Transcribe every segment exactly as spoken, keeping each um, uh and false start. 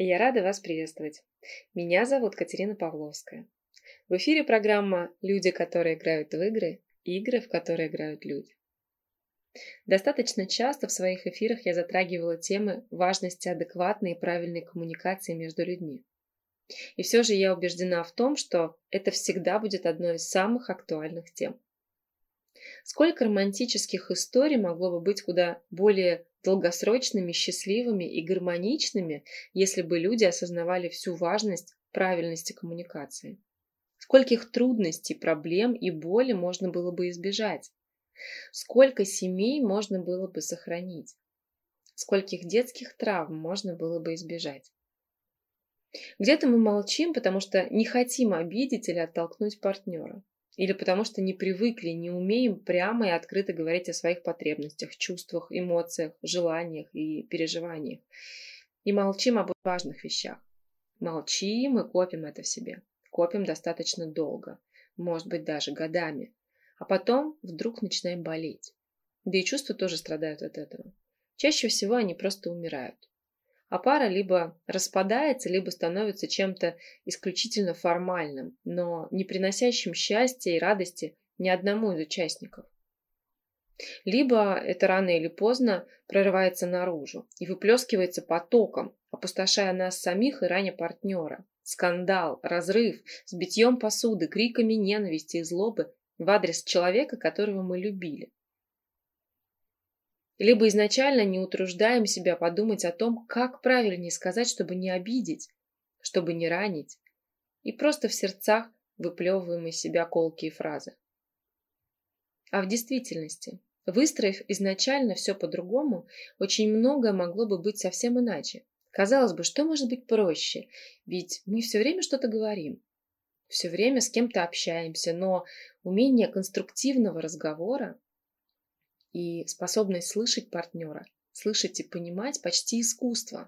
Я рада вас приветствовать. Меня зовут Катерина Павловская. В эфире программа «Люди, которые играют в игры», игры, в которые играют люди. Достаточно часто в своих эфирах я затрагивала темы важности адекватной и правильной коммуникации между людьми. И все же я убеждена в том, что это всегда будет одной из самых актуальных тем. Сколько романтических историй могло бы быть куда более долгосрочными, счастливыми и гармоничными, если бы люди осознавали всю важность правильности коммуникации. Скольких трудностей, проблем и боли можно было бы избежать. Сколько семей можно было бы сохранить. Скольких детских травм можно было бы избежать. Где-то мы молчим, потому что не хотим обидеть или оттолкнуть партнера. Или потому что не привыкли, не умеем прямо и открыто говорить о своих потребностях, чувствах, эмоциях, желаниях и переживаниях. И молчим об важных вещах. Молчим и копим это в себе. Копим достаточно долго, может быть, даже годами. А потом вдруг начинаем болеть. Да и чувства тоже страдают от этого. Чаще всего они просто умирают. А пара либо распадается, либо становится чем-то исключительно формальным, но не приносящим счастья и радости ни одному из участников. Либо это рано или поздно прорывается наружу и выплескивается потоком, опустошая нас самих и раня партнера. Скандал, разрыв с битьем посуды, криками ненависти и злобы в адрес человека, которого мы любили. Либо изначально не утруждаем себя подумать о том, как правильнее сказать, чтобы не обидеть, чтобы не ранить, и просто в сердцах выплевываем из себя колкие фразы. А в действительности, выстроив изначально все по-другому, очень многое могло бы быть совсем иначе. Казалось бы, что может быть проще? Ведь мы все время что-то говорим, все время с кем-то общаемся, но умение конструктивного разговора и способность слышать партнера, слышать и понимать почти искусство.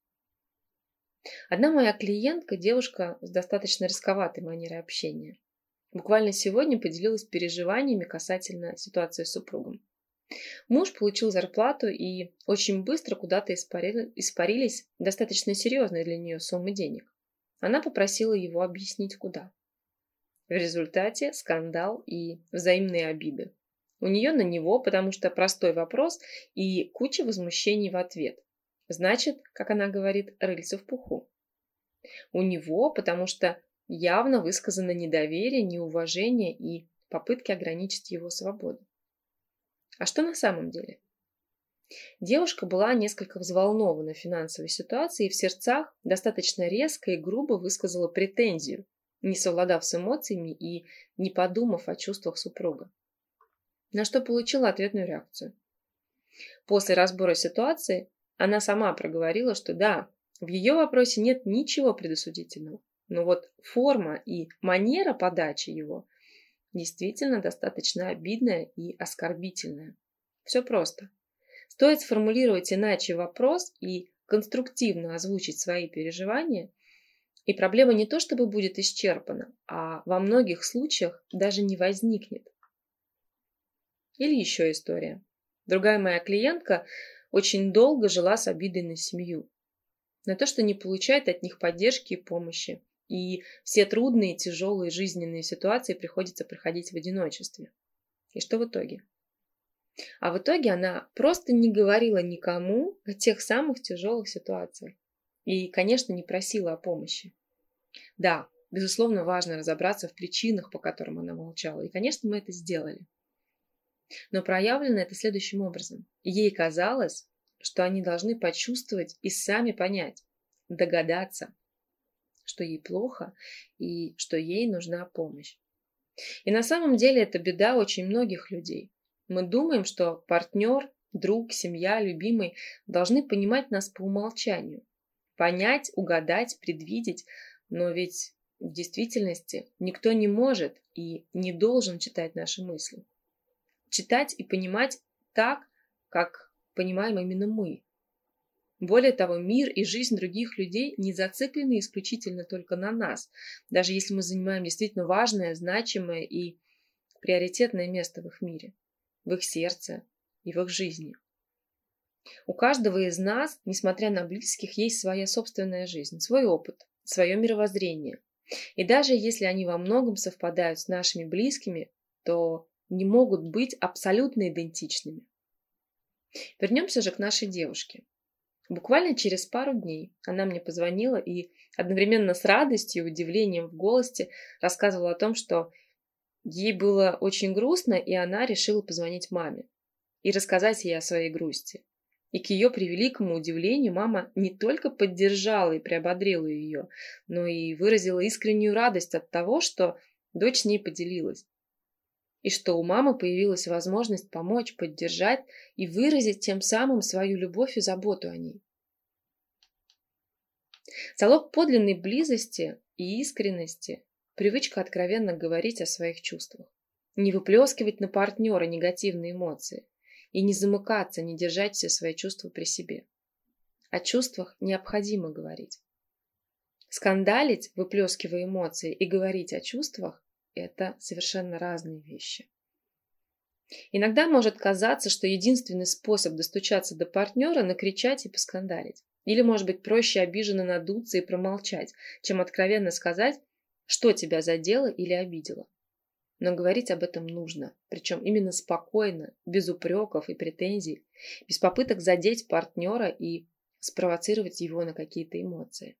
Одна моя клиентка, девушка с достаточно рисковатой манерой общения, буквально сегодня поделилась переживаниями касательно ситуации с супругом. Муж получил зарплату и очень быстро куда-то испарили, испарились достаточно серьезные для нее суммы денег. Она попросила его объяснить, куда. В результате скандал и взаимные обиды. У нее на него, потому что простой вопрос и куча возмущений в ответ. Значит, как она говорит, рыльце в пуху. У него, потому что явно высказано недоверие, неуважение и попытки ограничить его свободу. А что на самом деле? Девушка была несколько взволнована финансовой ситуацией и в сердцах достаточно резко и грубо высказала претензию, не совладав с эмоциями и не подумав о чувствах супруга. На что получила ответную реакцию. После разбора ситуации она сама проговорила, что да, в ее вопросе нет ничего предосудительного, но вот форма и манера подачи его действительно достаточно обидная и оскорбительная. Все просто. Стоит сформулировать иначе вопрос и конструктивно озвучить свои переживания, и проблема не то чтобы будет исчерпана, а во многих случаях даже не возникнет. Или еще история. Другая моя клиентка очень долго жила с обидой на семью, на то, что не получает от них поддержки и помощи, и все трудные, тяжелые жизненные ситуации приходится проходить в одиночестве. И что в итоге? А в итоге она просто не говорила никому о тех самых тяжелых ситуациях и, конечно, не просила о помощи. Да, безусловно, важно разобраться в причинах, по которым она молчала, и, конечно, мы это сделали. Но проявлено это следующим образом. Ей казалось, что они должны почувствовать и сами понять, догадаться, что ей плохо и что ей нужна помощь. И на самом деле это беда очень многих людей. Мы думаем, что партнер, друг, семья, любимый должны понимать нас по умолчанию. Понять, угадать, предвидеть, но ведь в действительности никто не может и не должен читать наши мысли. Читать и понимать так, как понимаем именно мы. Более того, мир и жизнь других людей не зациклены исключительно только на нас, даже если мы занимаем действительно важное, значимое и приоритетное место в их мире, в их сердце и в их жизни. У каждого из нас, несмотря на близких, есть своя собственная жизнь, свой опыт, свое мировоззрение. И даже если они во многом совпадают с нашими близкими, то не могут быть абсолютно идентичными. Вернемся же к нашей девушке. Буквально через пару дней она мне позвонила и одновременно с радостью и удивлением в голосе рассказывала о том, что ей было очень грустно, и она решила позвонить маме и рассказать ей о своей грусти. И к ее превеликому удивлению мама не только поддержала и приободрила ее, но и выразила искреннюю радость от того, что дочь с ней поделилась. И что у мамы появилась возможность помочь, поддержать и выразить тем самым свою любовь и заботу о ней. Залог подлинной близости и искренности – привычка откровенно говорить о своих чувствах, не выплескивать на партнера негативные эмоции и не замыкаться, не держать все свои чувства при себе. О чувствах необходимо говорить. Скандалить, выплескивая эмоции, и говорить о чувствах – это совершенно разные вещи. Иногда может казаться, что единственный способ достучаться до партнера – накричать и поскандалить. Или, может быть, проще обиженно надуться и промолчать, чем откровенно сказать, что тебя задело или обидело. Но говорить об этом нужно, причем именно спокойно, без упреков и претензий, без попыток задеть партнера и спровоцировать его на какие-то эмоции.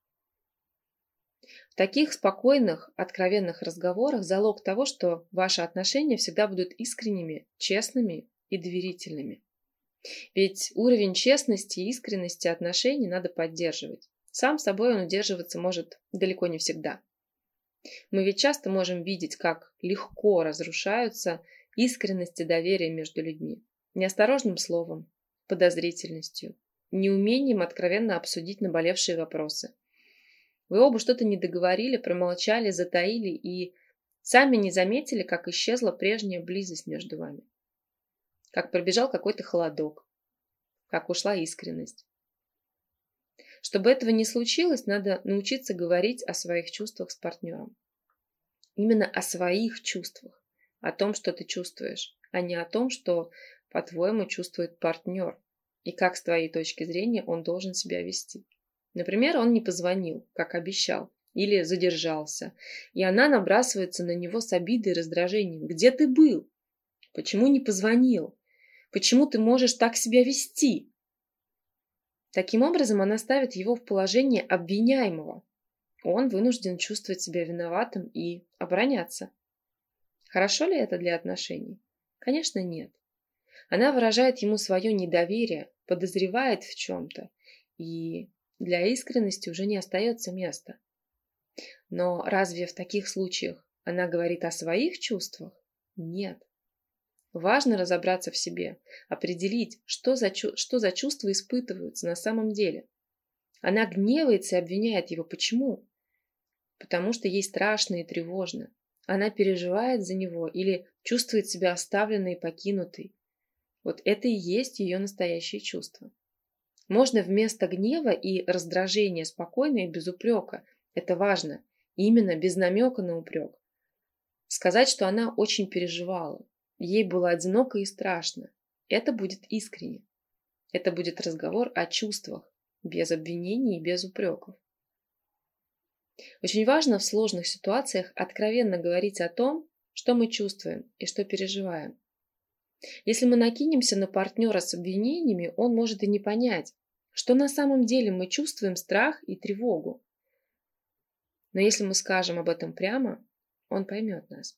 В таких спокойных, откровенных разговорах залог того, что ваши отношения всегда будут искренними, честными и доверительными. Ведь уровень честности и искренности отношений надо поддерживать. Сам собой он удерживаться может далеко не всегда. Мы ведь часто можем видеть, как легко разрушаются искренность и доверие между людьми. Неосторожным словом, подозрительностью, неумением откровенно обсудить наболевшие вопросы. Вы оба что-то не договорили, промолчали, затаили и сами не заметили, как исчезла прежняя близость между вами. Как пробежал какой-то холодок, как ушла искренность. Чтобы этого не случилось, надо научиться говорить о своих чувствах с партнером. Именно о своих чувствах, о том, что ты чувствуешь, а не о том, что, по-твоему, чувствует партнер, и как с твоей точки зрения он должен себя вести. Например, он не позвонил, как обещал, или задержался, и она набрасывается на него с обидой и раздражением. «Где ты был? Почему не позвонил? Почему ты можешь так себя вести?» Таким образом, она ставит его в положение обвиняемого. Он вынужден чувствовать себя виноватым и обороняться. Хорошо ли это для отношений? Конечно, нет. Она выражает ему свое недоверие, подозревает в чем-то, и для искренности уже не остается места. Но разве в таких случаях она говорит о своих чувствах? Нет. Важно разобраться в себе, определить, что за, чу- что за чувства испытываются на самом деле. Она гневается и обвиняет его. Почему? Потому что ей страшно и тревожно. Она переживает за него или чувствует себя оставленной и покинутой. Вот это и есть ее настоящее чувство. Можно вместо гнева и раздражения спокойно и без упрека. Это важно. Именно без намека на упрек. Сказать, что она очень переживала. Ей было одиноко и страшно. Это будет искренне. Это будет разговор о чувствах, без обвинений и без упреков. Очень важно в сложных ситуациях откровенно говорить о том, что мы чувствуем и что переживаем. Если мы накинемся на партнера с обвинениями, он может и не понять, что на самом деле мы чувствуем страх и тревогу. Но если мы скажем об этом прямо, он поймет нас.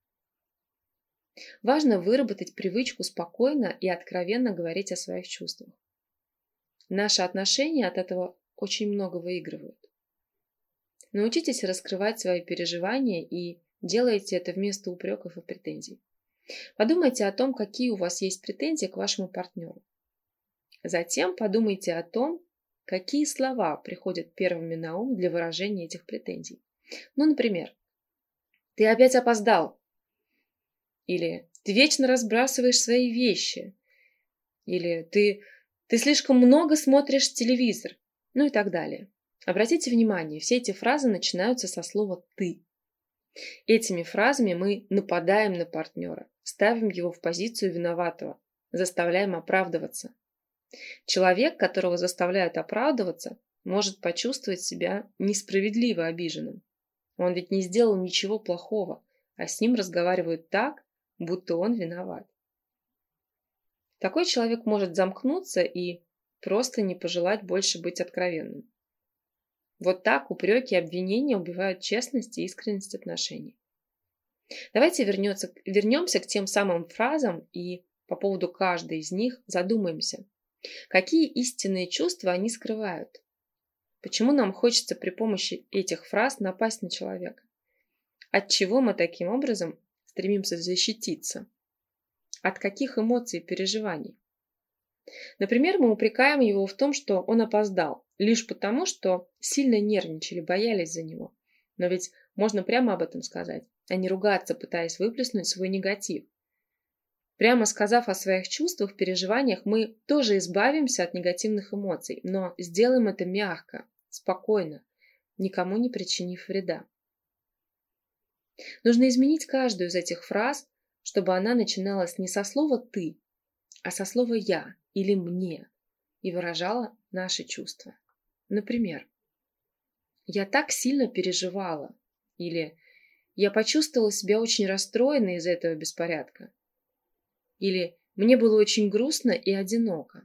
Важно выработать привычку спокойно и откровенно говорить о своих чувствах. Наши отношения от этого очень много выигрывают. Научитесь раскрывать свои переживания и делайте это вместо упреков и претензий. Подумайте о том, какие у вас есть претензии к вашему партнеру. Затем подумайте о том, какие слова приходят первыми на ум для выражения этих претензий. Ну, например, «Ты опять опоздал», или «Ты вечно разбрасываешь свои вещи», или «Ты, ты слишком много смотришь телевизор», ну и так далее. Обратите внимание, все эти фразы начинаются со слова «ты». Этими фразами мы нападаем на партнера, ставим его в позицию виноватого, заставляем оправдываться. Человек, которого заставляют оправдываться, может почувствовать себя несправедливо обиженным. Он ведь не сделал ничего плохого, а с ним разговаривают так, будто он виноват. Такой человек может замкнуться и просто не пожелать больше быть откровенным. Вот так упреки и обвинения убивают честность и искренность отношений. Давайте вернется, вернемся к тем самым фразам и по поводу каждой из них задумаемся. Какие истинные чувства они скрывают? Почему нам хочется при помощи этих фраз напасть на человека? От чего мы таким образом стремимся защититься? От каких эмоций и переживаний? Например, мы упрекаем его в том, что он опоздал, лишь потому, что сильно нервничали, боялись за него. Но ведь можно прямо об этом сказать, а не ругаться, пытаясь выплеснуть свой негатив. Прямо сказав о своих чувствах, переживаниях, мы тоже избавимся от негативных эмоций, но сделаем это мягко, спокойно, никому не причинив вреда. Нужно изменить каждую из этих фраз, чтобы она начиналась не со слова «ты», а со слова «я» или «мне» и выражала наши чувства. Например, «Я так сильно переживала» или «Я почувствовала себя очень расстроенной из-за этого беспорядка» или «Мне было очень грустно и одиноко».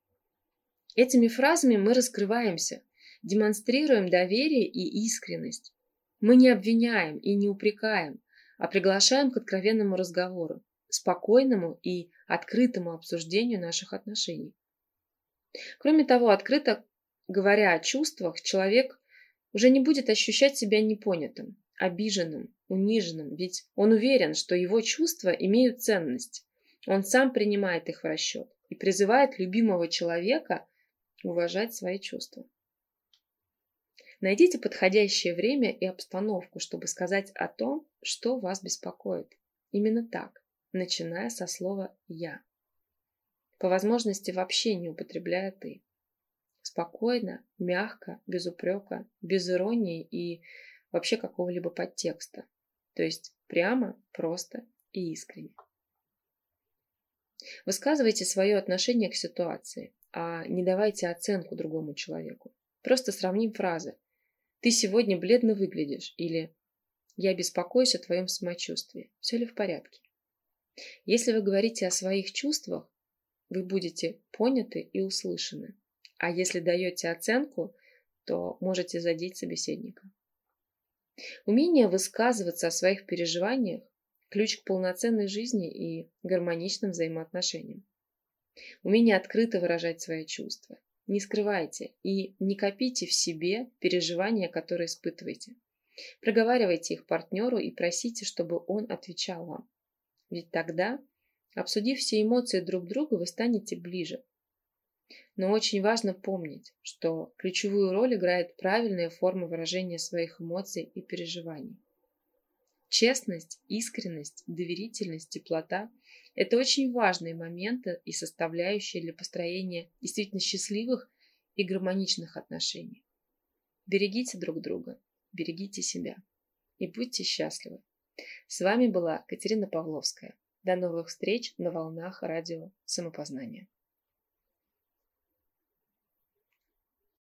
Этими фразами мы раскрываемся, демонстрируем доверие и искренность. Мы не обвиняем и не упрекаем, а приглашаем к откровенному разговору, спокойному и открытому обсуждению наших отношений. Кроме того, открыто говоря о чувствах, человек уже не будет ощущать себя непонятым, обиженным, униженным, ведь он уверен, что его чувства имеют ценность. Он сам принимает их в расчет и призывает любимого человека уважать свои чувства. Найдите подходящее время и обстановку, чтобы сказать о том, что вас беспокоит. Именно так, начиная со слова «я». По возможности вообще не употребляя «ты». Спокойно, мягко, без упрека, без иронии и вообще какого-либо подтекста. То есть прямо, просто и искренне. Высказывайте свое отношение к ситуации, а не давайте оценку другому человеку. Просто сравним фразы. «Ты сегодня бледно выглядишь» или «Я беспокоюсь о твоем самочувствии. Все ли в порядке?» Если вы говорите о своих чувствах, вы будете поняты и услышаны. А если даете оценку, то можете задеть собеседника. Умение высказываться о своих переживаниях – ключ к полноценной жизни и гармоничным взаимоотношениям. Умение открыто выражать свои чувства. Не скрывайте и не копите в себе переживания, которые испытываете. Проговаривайте их партнеру и просите, чтобы он отвечал вам. Ведь тогда, обсудив все эмоции друг друга, вы станете ближе. Но очень важно помнить, что ключевую роль играет правильная форма выражения своих эмоций и переживаний. Честность, искренность, доверительность, теплота – это очень важные моменты и составляющие для построения действительно счастливых и гармоничных отношений. Берегите друг друга, берегите себя и будьте счастливы. С вами была Катерина Павловская. До новых встреч на волнах радио Самопознания.